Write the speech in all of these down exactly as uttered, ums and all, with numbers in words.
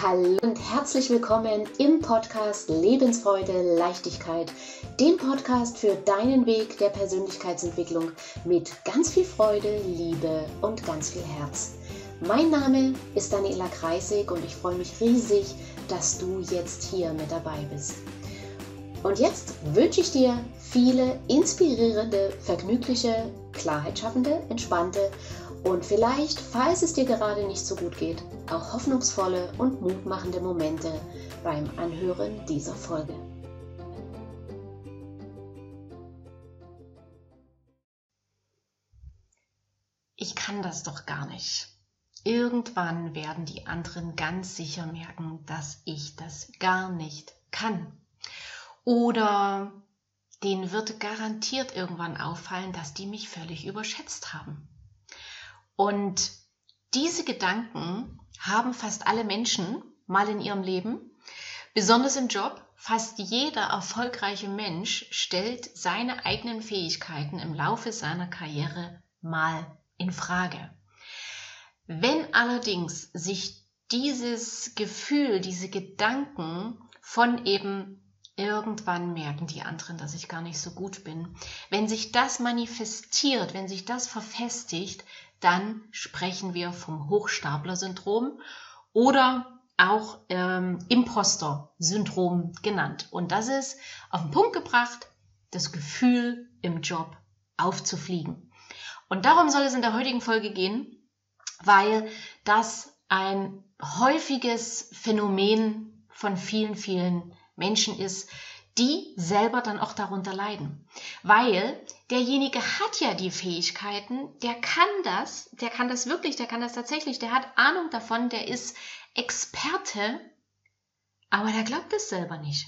Hallo und herzlich willkommen im Podcast Lebensfreude, Leichtigkeit, dem Podcast für deinen Weg der Persönlichkeitsentwicklung mit ganz viel Freude, Liebe und ganz viel Herz. Mein Name ist Daniela Kreisig und ich freue mich riesig, dass du jetzt hier mit dabei bist. Und jetzt wünsche ich dir viele inspirierende, vergnügliche, klarheitsschaffende, entspannte und vielleicht, falls es dir gerade nicht so gut geht, auch hoffnungsvolle und mutmachende Momente beim Anhören dieser Folge. Ich kann das doch gar nicht. Irgendwann werden die anderen ganz sicher merken, dass ich das gar nicht kann. Oder denen wird garantiert irgendwann auffallen, dass die mich völlig überschätzt haben. Und diese Gedanken haben fast alle Menschen mal in ihrem Leben, besonders im Job. Fast jeder erfolgreiche Mensch stellt seine eigenen Fähigkeiten im Laufe seiner Karriere mal in Frage. Wenn allerdings sich dieses Gefühl, diese Gedanken von eben irgendwann merken die anderen, dass ich gar nicht so gut bin, wenn sich das manifestiert, wenn sich das verfestigt, dann sprechen wir vom Hochstapler-Syndrom oder auch ähm, Imposter-Syndrom genannt. Und das ist auf den Punkt gebracht, das Gefühl im Job aufzufliegen. Und darum soll es in der heutigen Folge gehen, weil das ein häufiges Phänomen von vielen, vielen Menschen ist, die selber dann auch darunter leiden. Weil derjenige hat ja die Fähigkeiten, der kann das, der kann das wirklich, der kann das tatsächlich, der hat Ahnung davon, der ist Experte, aber der glaubt es selber nicht.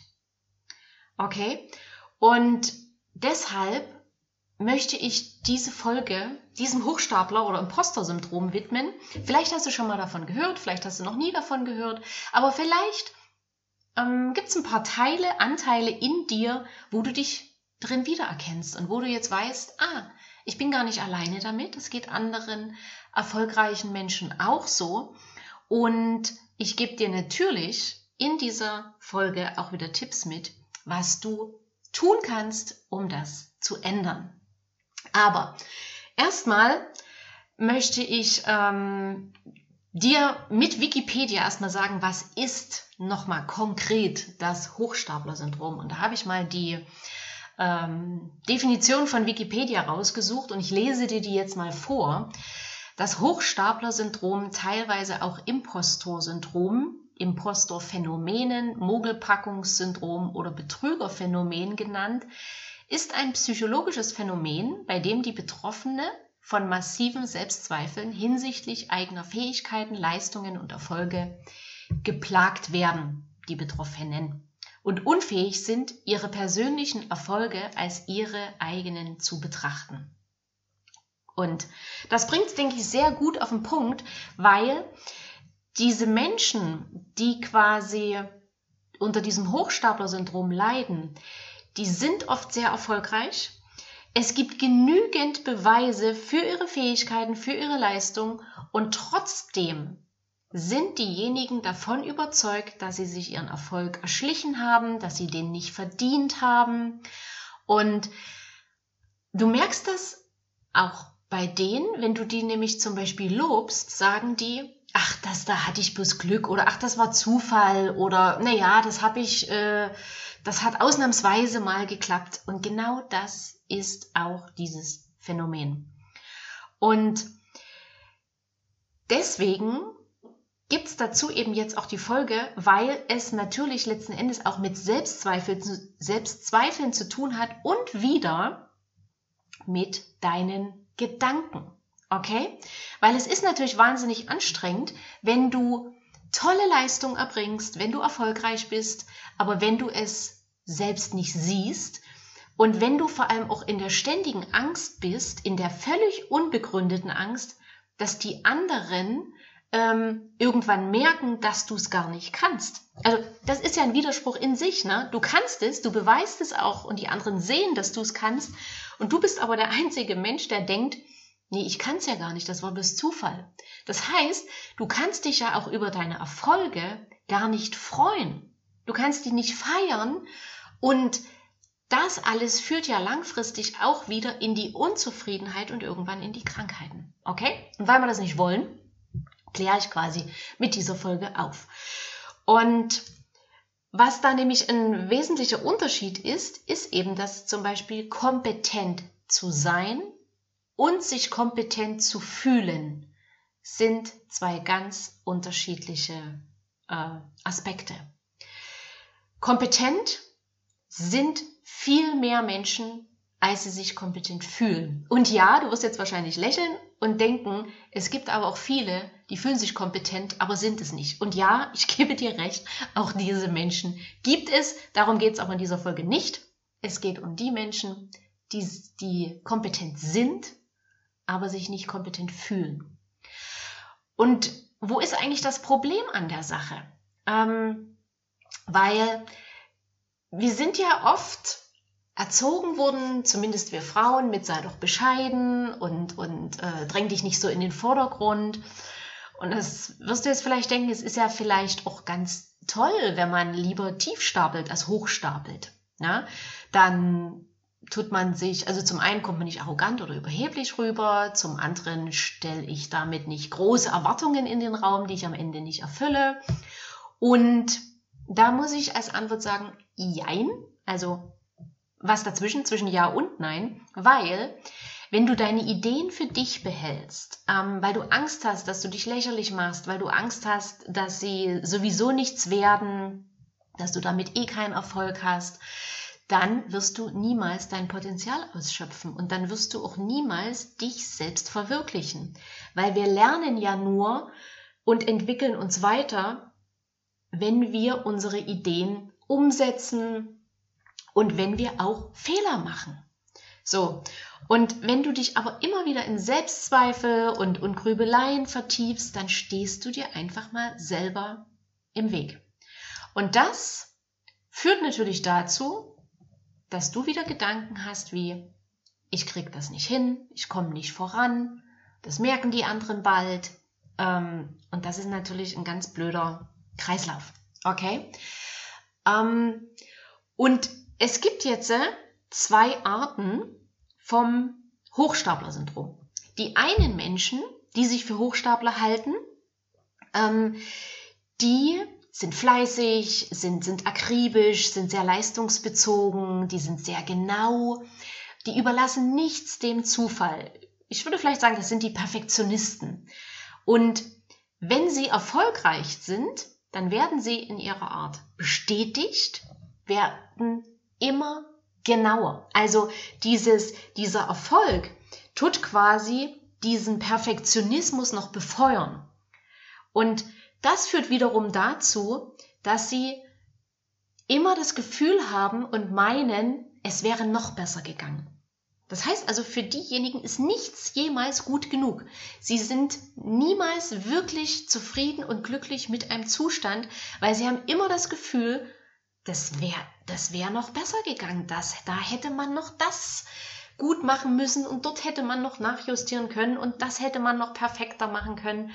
Okay? Und deshalb möchte ich diese Folge diesem Hochstapler- oder Imposter-Syndrom widmen. Vielleicht hast du schon mal davon gehört, vielleicht hast du noch nie davon gehört, aber vielleicht ähm, gibt es ein paar Teile, Anteile in dir, wo du dich drin wiedererkennst und wo du jetzt weißt, ah, ich bin gar nicht alleine damit, es geht anderen erfolgreichen Menschen auch so. Und ich gebe dir natürlich in dieser Folge auch wieder Tipps mit, was du tun kannst, um das zu ändern. Aber erstmal möchte ich ähm, dir mit Wikipedia erstmal sagen, was ist nochmal konkret das Hochstapler-Syndrom. Und da habe ich mal die ähm, Definition von Wikipedia rausgesucht und ich lese dir die jetzt mal vor. Das Hochstapler-Syndrom, teilweise auch Impostor-Syndrom, Impostor-Phänomenen, Mogelpackungssyndrom oder Betrügerphänomen genannt, ist ein psychologisches Phänomen, bei dem die Betroffene von massiven Selbstzweifeln hinsichtlich eigener Fähigkeiten, Leistungen und Erfolge geplagt werden, die Betroffenen, und unfähig sind, ihre persönlichen Erfolge als ihre eigenen zu betrachten. Und das bringt es, denke ich, sehr gut auf den Punkt, weil diese Menschen, die quasi unter diesem Hochstapler-Syndrom leiden, die sind oft sehr erfolgreich. Es gibt genügend Beweise für ihre Fähigkeiten, für ihre Leistung und trotzdem sind diejenigen davon überzeugt, dass sie sich ihren Erfolg erschlichen haben, dass sie den nicht verdient haben. Und du merkst das auch bei denen, wenn du die nämlich zum Beispiel lobst, sagen die, ach, das da hatte ich bloß Glück oder ach, das war Zufall oder naja, das habe ich, äh, das hat ausnahmsweise mal geklappt. Und genau das ist auch dieses Phänomen. Und deswegen gibt es dazu eben jetzt auch die Folge, weil es natürlich letzten Endes auch mit Selbstzweifeln, Selbstzweifeln zu tun hat und wieder mit deinen Gedanken. Okay? Weil es ist natürlich wahnsinnig anstrengend, wenn du tolle Leistung erbringst, wenn du erfolgreich bist, aber wenn du es selbst nicht siehst und wenn du vor allem auch in der ständigen Angst bist, in der völlig unbegründeten Angst, dass die anderen ähm, irgendwann merken, dass du es gar nicht kannst. Also das ist ja ein Widerspruch in sich, ne? Du kannst es, du beweist es auch und die anderen sehen, dass du es kannst und du bist aber der einzige Mensch, der denkt, Nee, ich kann es ja gar nicht, das war bloß Zufall. Das heißt, du kannst dich ja auch über deine Erfolge gar nicht freuen. Du kannst die nicht feiern und das alles führt ja langfristig auch wieder in die Unzufriedenheit und irgendwann in die Krankheiten. Okay? Und weil wir das nicht wollen, kläre ich quasi mit dieser Folge auf. Und was da nämlich ein wesentlicher Unterschied ist, ist eben, dass zum Beispiel kompetent zu sein und sich kompetent zu fühlen sind zwei ganz unterschiedliche äh, Aspekte. Kompetent sind viel mehr Menschen, als sie sich kompetent fühlen. Und ja, du wirst jetzt wahrscheinlich lächeln und denken, es gibt aber auch viele, die fühlen sich kompetent, aber sind es nicht. Und ja, ich gebe dir recht, auch diese Menschen gibt es. Darum geht es aber in dieser Folge nicht. Es geht um die Menschen, die, die kompetent sind, aber sich nicht kompetent fühlen. Und wo ist eigentlich das Problem an der Sache? Ähm, weil wir sind ja oft erzogen worden, zumindest wir Frauen, mit sei doch bescheiden und, und äh, dräng dich nicht so in den Vordergrund. Und das wirst du jetzt vielleicht denken, es ist ja vielleicht auch ganz toll, wenn man lieber tief stapelt als hoch stapelt. Ja? Dann tut man sich, also zum einen kommt man nicht arrogant oder überheblich rüber, zum anderen stelle ich damit nicht große Erwartungen in den Raum, die ich am Ende nicht erfülle. Und da muss ich als Antwort sagen, jein, also was dazwischen, zwischen Ja und Nein, weil wenn du deine Ideen für dich behältst, ähm, weil du Angst hast, dass du dich lächerlich machst, weil du Angst hast, dass sie sowieso nichts werden, dass du damit eh keinen Erfolg hast, dann wirst du niemals dein Potenzial ausschöpfen und dann wirst du auch niemals dich selbst verwirklichen. Weil wir lernen ja nur und entwickeln uns weiter, wenn wir unsere Ideen umsetzen und wenn wir auch Fehler machen. So, und wenn du dich aber immer wieder in Selbstzweifel und, und Grübeleien vertiefst, dann stehst du dir einfach mal selber im Weg. Und das führt natürlich dazu, dass du wieder Gedanken hast wie, ich krieg das nicht hin, ich komme nicht voran, das merken die anderen bald. Ähm, und das ist natürlich ein ganz blöder Kreislauf. Okay? Ähm, und es gibt jetzt äh, zwei Arten vom Hochstapler-Syndrom. Die einen Menschen, die sich für Hochstapler halten, ähm, die sind fleißig, sind, sind akribisch, sind sehr leistungsbezogen, die sind sehr genau, die überlassen nichts dem Zufall. Ich würde vielleicht sagen, das sind die Perfektionisten. Und wenn sie erfolgreich sind, dann werden sie in ihrer Art bestätigt, werden immer genauer. Also dieses, dieser Erfolg tut quasi diesen Perfektionismus noch befeuern. Und das führt wiederum dazu, dass sie immer das Gefühl haben und meinen, es wäre noch besser gegangen. Das heißt also, für diejenigen ist nichts jemals gut genug. Sie sind niemals wirklich zufrieden und glücklich mit einem Zustand, weil sie haben immer das Gefühl, das wäre das wär noch besser gegangen. Das, da hätte man noch das gut machen müssen und dort hätte man noch nachjustieren können und das hätte man noch perfekter machen können.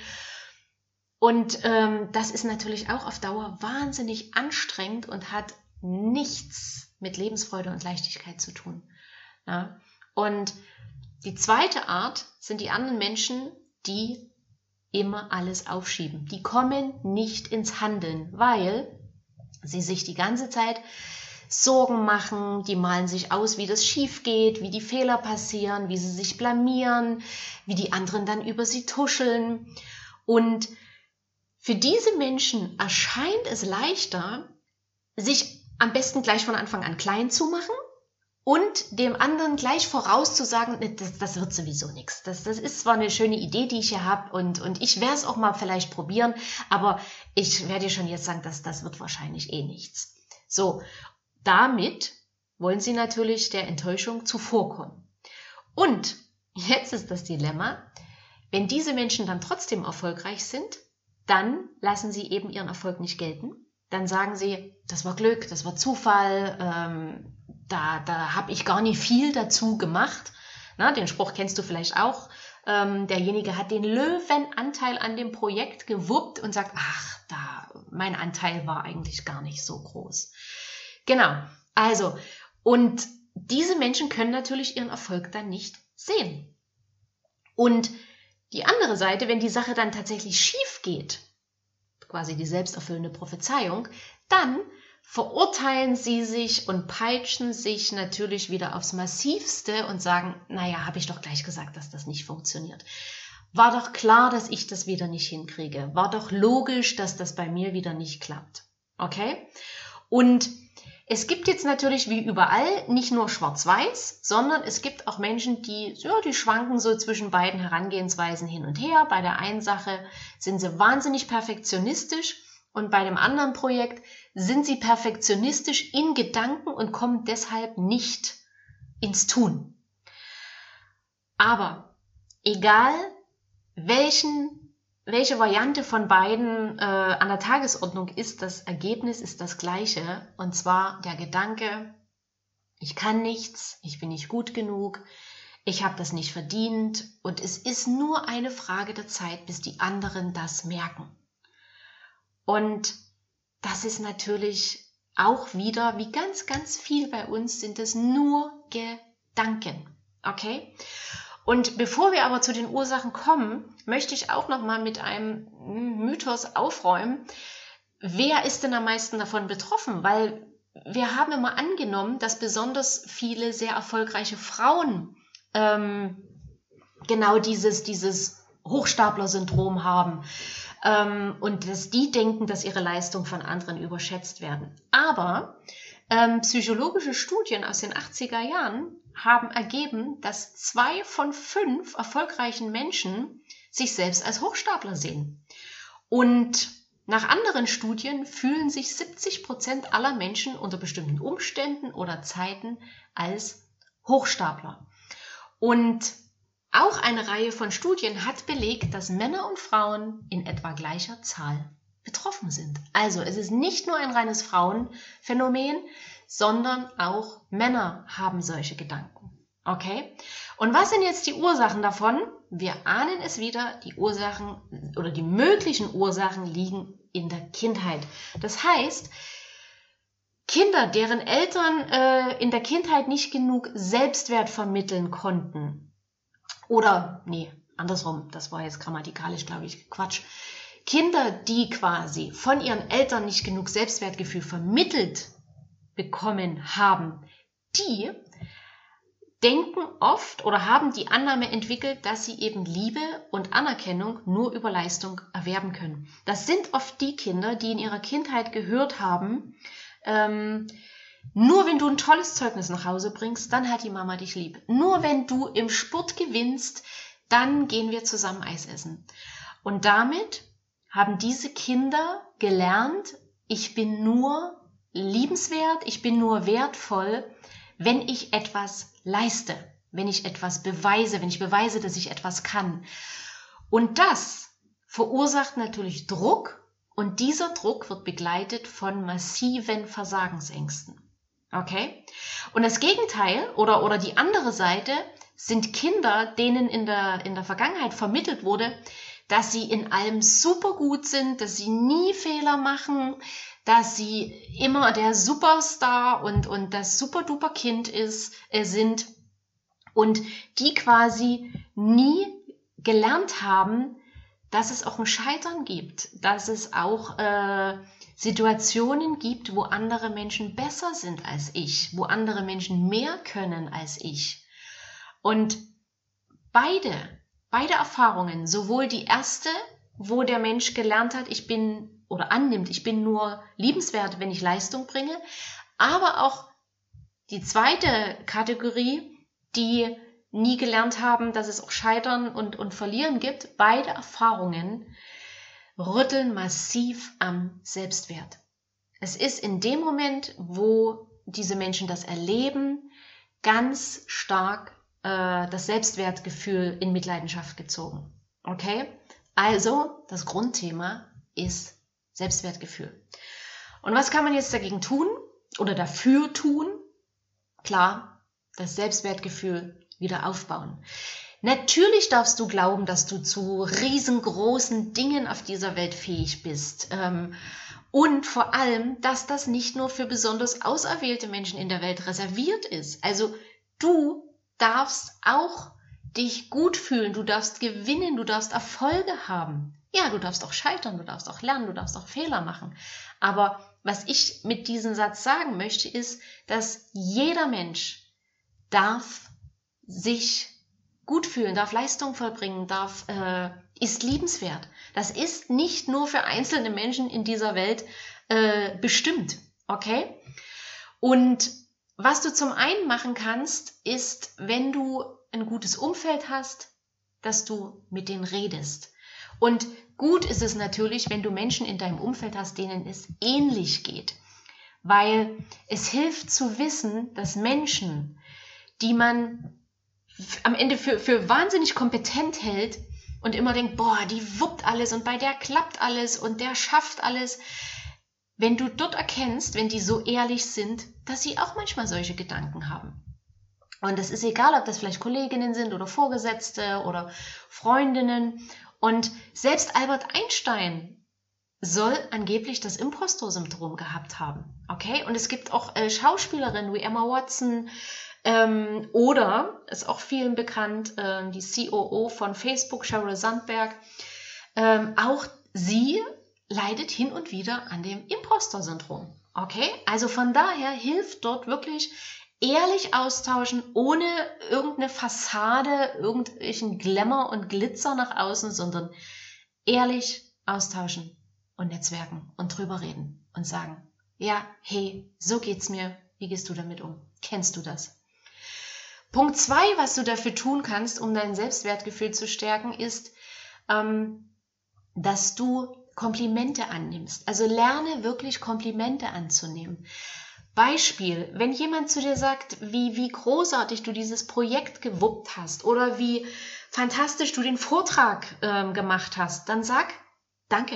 Und ähm, das ist natürlich auch auf Dauer wahnsinnig anstrengend und hat nichts mit Lebensfreude und Leichtigkeit zu tun. Ja? Und die zweite Art sind die anderen Menschen, die immer alles aufschieben. Die kommen nicht ins Handeln, weil sie sich die ganze Zeit Sorgen machen, die malen sich aus, wie das schief geht, wie die Fehler passieren, wie sie sich blamieren, wie die anderen dann über sie tuscheln. Und für diese Menschen erscheint es leichter, sich am besten gleich von Anfang an klein zu machen und dem anderen gleich vorauszusagen, das, das wird sowieso nichts. Das, das ist zwar eine schöne Idee, die ich hier habe und, und ich werde es auch mal vielleicht probieren, aber ich werde dir schon jetzt sagen, dass das wird wahrscheinlich eh nichts. So, damit wollen sie natürlich der Enttäuschung zuvorkommen. Und jetzt ist das Dilemma, wenn diese Menschen dann trotzdem erfolgreich sind, dann lassen sie eben ihren Erfolg nicht gelten. Dann sagen sie, das war Glück, das war Zufall, ähm, da, da habe ich gar nicht viel dazu gemacht. Na, den Spruch kennst du vielleicht auch. Ähm, derjenige hat den Löwenanteil an dem Projekt gewuppt und sagt, ach, da, mein Anteil war eigentlich gar nicht so groß. Genau, also, und diese Menschen können natürlich ihren Erfolg dann nicht sehen. Und die andere Seite, wenn die Sache dann tatsächlich schief geht, quasi die selbsterfüllende Prophezeiung, dann verurteilen sie sich und peitschen sich natürlich wieder aufs Massivste und sagen, naja, habe ich doch gleich gesagt, dass das nicht funktioniert. War doch klar, dass ich das wieder nicht hinkriege. War doch logisch, dass das bei mir wieder nicht klappt. Okay? Und es gibt jetzt natürlich wie überall nicht nur schwarz-weiß, sondern es gibt auch Menschen, die, ja, die schwanken so zwischen beiden Herangehensweisen hin und her. Bei der einen Sache sind sie wahnsinnig perfektionistisch und bei dem anderen Projekt sind sie perfektionistisch in Gedanken und kommen deshalb nicht ins Tun. Aber egal, welchen, welche Variante von beiden äh, an der Tagesordnung ist, das Ergebnis ist das gleiche. Und zwar der Gedanke, ich kann nichts, ich bin nicht gut genug, ich habe das nicht verdient und es ist nur eine Frage der Zeit, bis die anderen das merken. Und das ist natürlich auch wieder, wie ganz, ganz viel bei uns, sind es nur Gedanken. Okay? Und bevor wir aber zu den Ursachen kommen, möchte ich auch nochmal mit einem Mythos aufräumen. Wer ist denn am meisten davon betroffen? Weil wir haben immer angenommen, dass besonders viele sehr erfolgreiche Frauen ähm, genau dieses, dieses Hochstapler-Syndrom haben. Ähm, und dass die denken, dass ihre Leistungen von anderen überschätzt werden. Aber ähm, psychologische Studien aus den achtziger Jahren haben ergeben, dass zwei von fünf erfolgreichen Menschen sich selbst als Hochstapler sehen. Und nach anderen Studien fühlen sich siebzig Prozent aller Menschen unter bestimmten Umständen oder Zeiten als Hochstapler. Und auch eine Reihe von Studien hat belegt, dass Männer und Frauen in etwa gleicher Zahl betroffen sind. Also es ist nicht nur ein reines Frauenphänomen, sondern auch Männer haben solche Gedanken. Okay? Und was sind jetzt die Ursachen davon? Wir ahnen es wieder, die Ursachen oder die möglichen Ursachen liegen in der Kindheit. Das heißt, Kinder, deren Eltern äh, in der Kindheit nicht genug Selbstwert vermitteln konnten, oder, nee, andersrum, das war jetzt grammatikalisch, glaube ich, Quatsch. Kinder, die quasi von ihren Eltern nicht genug Selbstwertgefühl vermittelt bekommen haben, die denken oft oder haben die Annahme entwickelt, dass sie eben Liebe und Anerkennung nur über Leistung erwerben können. Das sind oft die Kinder, die in ihrer Kindheit gehört haben, ähm, nur wenn du ein tolles Zeugnis nach Hause bringst, dann hat die Mama dich lieb. Nur wenn du im Sport gewinnst, dann gehen wir zusammen Eis essen. Und damit haben diese Kinder gelernt, ich bin nur liebenswert, ich bin nur wertvoll, wenn ich etwas leiste, wenn ich etwas beweise, wenn ich beweise, dass ich etwas kann. Und das verursacht natürlich Druck und dieser Druck wird begleitet von massiven Versagensängsten. Okay? Und das Gegenteil oder, oder die andere Seite sind Kinder, denen in der, in der Vergangenheit vermittelt wurde, dass sie in allem super gut sind, dass sie nie Fehler machen, dass sie immer der Superstar und, und das super-duper Kind ist, äh, sind und die quasi nie gelernt haben, dass es auch ein Scheitern gibt, dass es auch äh, Situationen gibt, wo andere Menschen besser sind als ich, wo andere Menschen mehr können als ich. Und beide, beide Erfahrungen, sowohl die erste, wo der Mensch gelernt hat, ich bin oder annimmt, ich bin nur liebenswert, wenn ich Leistung bringe, aber auch die zweite Kategorie, die nie gelernt haben, dass es auch Scheitern und, und Verlieren gibt, beide Erfahrungen rütteln massiv am Selbstwert. Es ist in dem Moment, wo diese Menschen das erleben, ganz stark äh, das Selbstwertgefühl in Mitleidenschaft gezogen. Okay? Also, das Grundthema ist Selbstwertgefühl. Und was kann man jetzt dagegen tun oder dafür tun? Klar, das Selbstwertgefühl wieder aufbauen. Natürlich darfst du glauben, dass du zu riesengroßen Dingen auf dieser Welt fähig bist. Ähm, und vor allem, dass das nicht nur für besonders auserwählte Menschen in der Welt reserviert ist. Also du darfst auch dich gut fühlen, du darfst gewinnen, du darfst Erfolge haben. Ja, du darfst auch scheitern, du darfst auch lernen, du darfst auch Fehler machen. Aber was ich mit diesem Satz sagen möchte, ist, dass jeder Mensch darf sich gut fühlen, darf Leistung vollbringen, darf, äh, ist liebenswert. Das ist nicht nur für einzelne Menschen in dieser Welt äh, bestimmt, okay? Und was du zum einen machen kannst, ist, wenn du ein gutes Umfeld hast, dass du mit denen redest. Und gut ist es natürlich, wenn du Menschen in deinem Umfeld hast, denen es ähnlich geht, weil es hilft zu wissen, dass Menschen, die man am Ende für, für wahnsinnig kompetent hält und immer denkt, boah, die wuppt alles und bei der klappt alles und der schafft alles. Wenn du dort erkennst, wenn die so ehrlich sind, dass sie auch manchmal solche Gedanken haben. Und es ist egal, ob das vielleicht Kolleginnen sind oder Vorgesetzte oder Freundinnen. Und selbst Albert Einstein soll angeblich das Impostor-Syndrom gehabt haben. Okay? Und es gibt auch äh, Schauspielerinnen wie Emma Watson, Ähm, oder, ist auch vielen bekannt, äh, die C O O von Facebook, Sheryl Sandberg, ähm, auch sie leidet hin und wieder an dem Impostor-Syndrom. Okay? Also von daher hilft dort wirklich ehrlich austauschen, ohne irgendeine Fassade, irgendwelchen Glamour und Glitzer nach außen, sondern ehrlich austauschen und netzwerken und drüber reden und sagen, ja, hey, so geht's mir, wie gehst du damit um? Kennst du das? Punkt zwei, was du dafür tun kannst, um dein Selbstwertgefühl zu stärken, ist, ähm, dass du Komplimente annimmst. Also lerne wirklich Komplimente anzunehmen. Beispiel, wenn jemand zu dir sagt, wie, wie großartig du dieses Projekt gewuppt hast oder wie fantastisch du den Vortrag ähm, gemacht hast, dann sag Danke.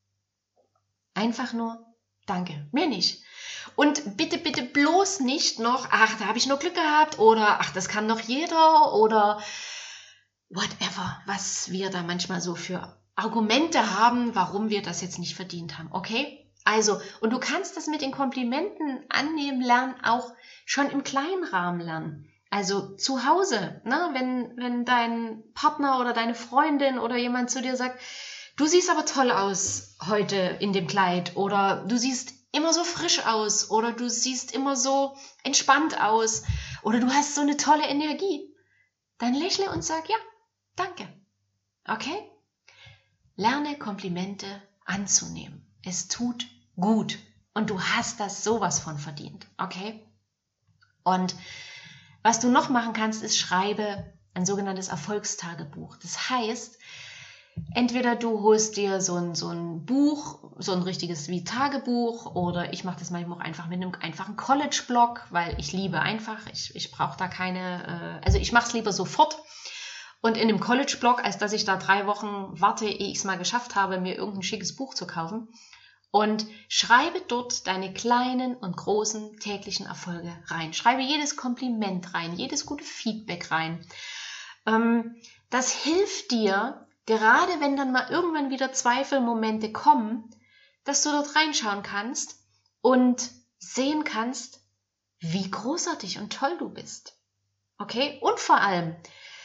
Einfach nur Danke, mehr nicht. Und bitte, bitte bloß nicht noch, ach, da habe ich nur Glück gehabt oder ach, das kann doch jeder oder whatever, was wir da manchmal so für Argumente haben, warum wir das jetzt nicht verdient haben, okay? Also, und du kannst das mit den Komplimenten annehmen lernen, auch schon im kleinen Rahmen lernen. Also zu Hause, ne? wenn, wenn dein Partner oder deine Freundin oder jemand zu dir sagt, du siehst aber toll aus heute in dem Kleid oder du siehst immer so frisch aus oder du siehst immer so entspannt aus oder du hast so eine tolle Energie, dann lächle und sag ja, danke. Okay? Lerne Komplimente anzunehmen. Es tut gut und du hast das sowas von verdient. Okay? Und was du noch machen kannst, ist schreibe ein sogenanntes Erfolgstagebuch. Das heißt, entweder du holst dir so ein, so ein Buch, so ein richtiges wie Tagebuch oder ich mache das manchmal auch einfach mit einem einfachen College-Blog, weil ich liebe einfach, ich, ich brauche da keine, äh, also ich mache es lieber sofort und in einem College-Blog, als dass ich da drei Wochen warte, ehe ich es mal geschafft habe, mir irgendein schickes Buch zu kaufen und schreibe dort deine kleinen und großen täglichen Erfolge rein. Schreibe jedes Kompliment rein, jedes gute Feedback rein. Ähm, das hilft dir, gerade wenn dann mal irgendwann wieder Zweifelmomente kommen, dass du dort reinschauen kannst und sehen kannst, wie großartig und toll du bist. Okay? Und vor allem,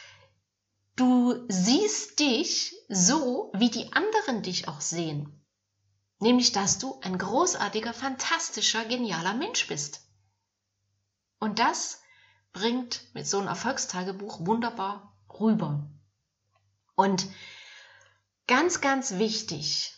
du siehst dich so, wie die anderen dich auch sehen. Nämlich, dass du ein großartiger, fantastischer, genialer Mensch bist. Und das bringt mit so einem Erfolgstagebuch wunderbar rüber. Und ganz, ganz wichtig,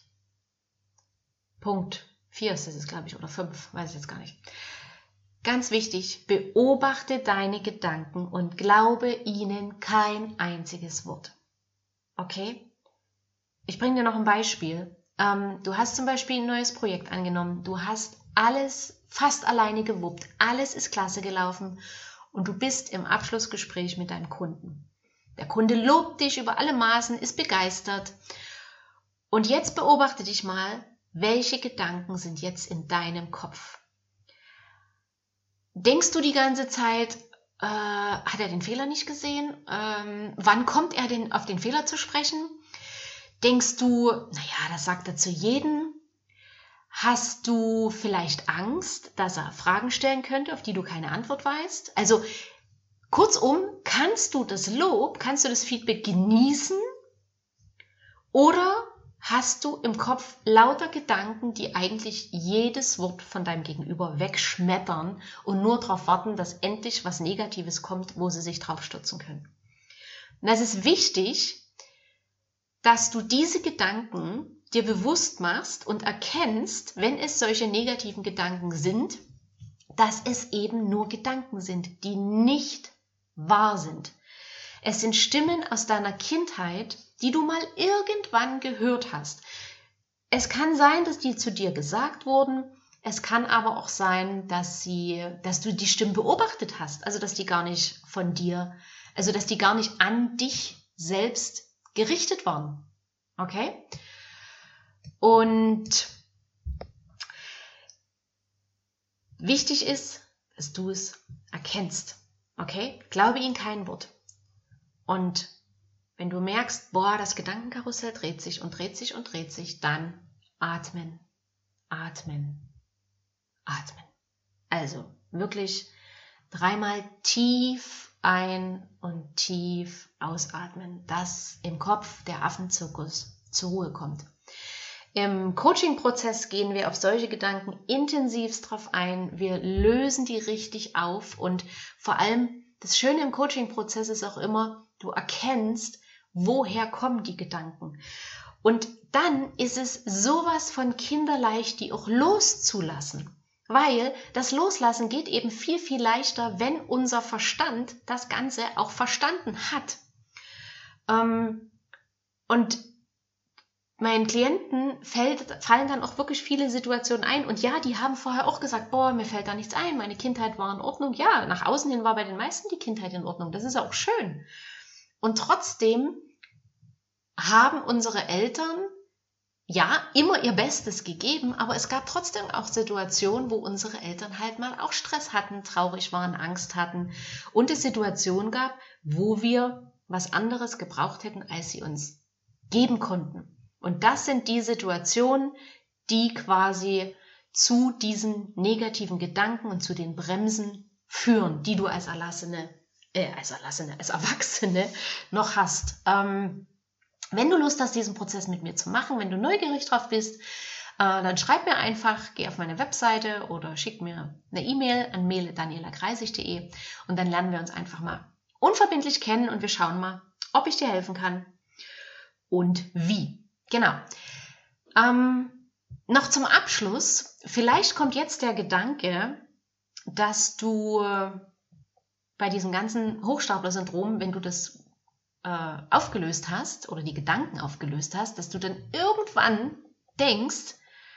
Punkt vier ist es, glaube ich, oder fünf, weiß ich jetzt gar nicht. Ganz wichtig, beobachte deine Gedanken und glaube ihnen kein einziges Wort. Okay? Ich bringe dir noch ein Beispiel. Ähm, du hast zum Beispiel ein neues Projekt angenommen. Du hast alles fast alleine gewuppt. Alles ist klasse gelaufen und du bist im Abschlussgespräch mit deinem Kunden. Der Kunde lobt dich über alle Maßen, ist begeistert. Und jetzt beobachte dich mal, welche Gedanken sind jetzt in deinem Kopf? Denkst du die ganze Zeit, Äh, hat er den Fehler nicht gesehen? Ähm, wann kommt er denn auf den Fehler zu sprechen? Denkst du, naja, das sagt er zu jedem? Hast du vielleicht Angst, dass er Fragen stellen könnte, auf die du keine Antwort weißt? Also kurzum, kannst du das Lob, kannst du das Feedback genießen oder hast du im Kopf lauter Gedanken, die eigentlich jedes Wort von deinem Gegenüber wegschmettern und nur darauf warten, dass endlich was Negatives kommt, wo sie sich drauf stürzen können? Und das ist wichtig, dass du diese Gedanken dir bewusst machst und erkennst, wenn es solche negativen Gedanken sind, dass es eben nur Gedanken sind, die nicht wahr sind. Es sind Stimmen aus deiner Kindheit, die du mal irgendwann gehört hast. Es kann sein, dass die zu dir gesagt wurden. Es kann aber auch sein, dass sie, dass du die Stimmen beobachtet hast. Also, dass die gar nicht von dir, also, dass die gar nicht an dich selbst gerichtet waren. Okay? Und wichtig ist, dass du es erkennst. Okay? Glaube ihnen kein Wort. Und wenn du merkst, boah, das Gedankenkarussell dreht sich und dreht sich und dreht sich, dann atmen, atmen, atmen. Also wirklich dreimal tief ein- und tief ausatmen, dass im Kopf der Affenzirkus zur Ruhe kommt. Im Coaching-Prozess gehen wir auf solche Gedanken intensivst drauf ein. Wir lösen die richtig auf und vor allem das Schöne im Coaching-Prozess ist auch immer, du erkennst, woher kommen die Gedanken. Und dann ist es sowas von kinderleicht, die auch loszulassen. Weil das Loslassen geht eben viel, viel leichter, wenn unser Verstand das Ganze auch verstanden hat. Und meinen Klienten fällt, fallen dann auch wirklich viele Situationen ein. Und ja, die haben vorher auch gesagt, boah, mir fällt da nichts ein, meine Kindheit war in Ordnung. Ja, nach außen hin war bei den meisten die Kindheit in Ordnung. Das ist auch schön. Und trotzdem haben unsere Eltern ja immer ihr Bestes gegeben, aber es gab trotzdem auch Situationen, wo unsere Eltern halt mal auch Stress hatten, traurig waren, Angst hatten und es Situationen gab, wo wir was anderes gebraucht hätten, als sie uns geben konnten. Und das sind die Situationen, die quasi zu diesen negativen Gedanken und zu den Bremsen führen, die du als Erlassene, äh, als Erlassene, als Erwachsene noch hast. Ähm, wenn du Lust hast, diesen Prozess mit mir zu machen, wenn du neugierig drauf bist, äh, dann schreib mir einfach, geh auf meine Webseite oder schick mir eine E-Mail an mail at daniela kreisig punkt de und dann lernen wir uns einfach mal unverbindlich kennen und wir schauen mal, ob ich dir helfen kann und wie. Genau. Ähm, noch zum Abschluss, vielleicht kommt jetzt der Gedanke, dass du bei diesem ganzen Hochstapler-Syndrom, wenn du das äh, aufgelöst hast oder die Gedanken aufgelöst hast, dass du dann irgendwann denkst,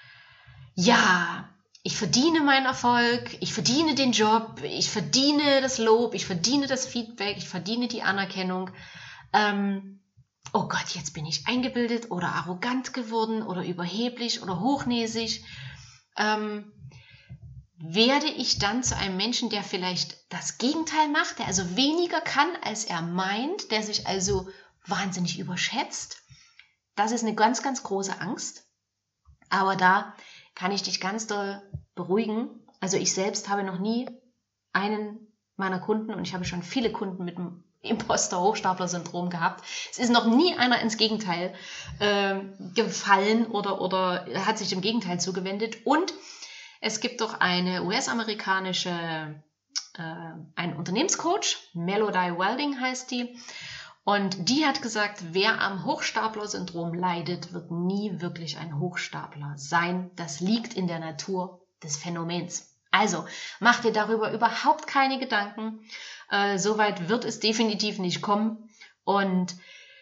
ja, ich verdiene meinen Erfolg, ich verdiene den Job, ich verdiene das Lob, ich verdiene das Feedback, ich verdiene die Anerkennung. Ähm, oh Gott, jetzt bin ich eingebildet oder arrogant geworden oder überheblich oder hochnäsig. Ähm, werde ich dann zu einem Menschen, der vielleicht das Gegenteil macht, der also weniger kann, als er meint, der sich also wahnsinnig überschätzt? Das ist eine ganz, ganz große Angst. Aber da kann ich dich ganz doll beruhigen. Also ich selbst habe noch nie einen meiner Kunden, und ich habe schon viele Kunden mit dem Imposter-Hochstapler-Syndrom gehabt. Es ist noch nie einer ins Gegenteil äh, gefallen oder, oder hat sich dem Gegenteil zugewendet. Und es gibt doch eine U S-amerikanische, äh, einen Unternehmenscoach, Melody Welding heißt die, und die hat gesagt, wer am Hochstapler-Syndrom leidet, wird nie wirklich ein Hochstapler sein. Das liegt in der Natur des Phänomens. Also, mach dir darüber überhaupt keine Gedanken. Äh, Soweit wird es definitiv nicht kommen. Und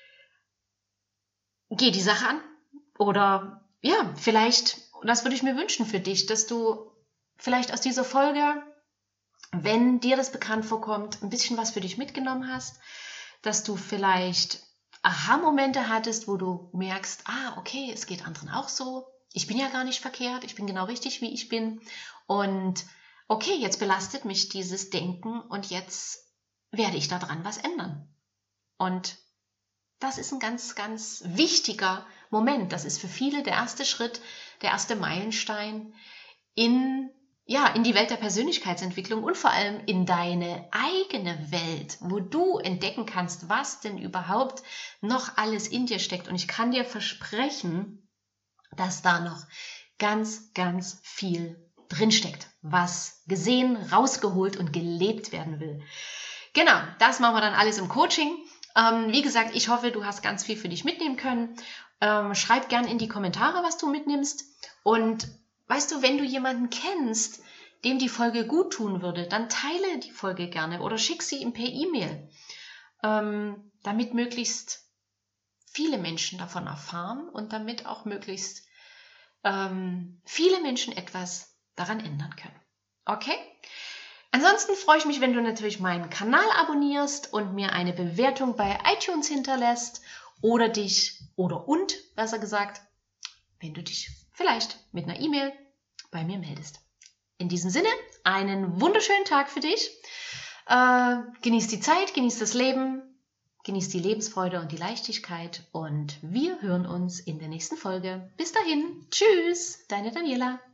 geh die Sache an. Oder ja, vielleicht, das würde ich mir wünschen für dich, dass du vielleicht aus dieser Folge, wenn dir das bekannt vorkommt, ein bisschen was für dich mitgenommen hast. Dass du vielleicht Aha-Momente hattest, wo du merkst, ah, okay, es geht anderen auch so. Ich bin ja gar nicht verkehrt, ich bin genau richtig, wie ich bin. Und okay, jetzt belastet mich dieses Denken und jetzt werde ich daran was ändern. Und das ist ein ganz, ganz wichtiger Moment. Das ist für viele der erste Schritt, der erste Meilenstein in, ja, in die Welt der Persönlichkeitsentwicklung und vor allem in deine eigene Welt, wo du entdecken kannst, was denn überhaupt noch alles in dir steckt. Und ich kann dir versprechen, dass da noch ganz, ganz viel drinsteckt, was gesehen, rausgeholt und gelebt werden will. Genau, das machen wir dann alles im Coaching. Ähm, wie gesagt, ich hoffe, du hast ganz viel für dich mitnehmen können. Ähm, schreib gern in die Kommentare, was du mitnimmst. Und weißt du, wenn du jemanden kennst, dem die Folge gut tun würde, dann teile die Folge gerne oder schick sie ihm per E-Mail, ähm, damit möglichst viele Menschen davon erfahren und damit auch möglichst ähm, viele Menschen etwas daran ändern können. Okay? Ansonsten freue ich mich, wenn du natürlich meinen Kanal abonnierst und mir eine Bewertung bei iTunes hinterlässt oder dich, oder und, besser gesagt, wenn du dich vielleicht mit einer E-Mail bei mir meldest. In diesem Sinne, einen wunderschönen Tag für dich. Äh, genieß die Zeit, genieß das Leben, genieß die Lebensfreude und die Leichtigkeit und wir hören uns in der nächsten Folge. Bis dahin, tschüss, deine Daniela.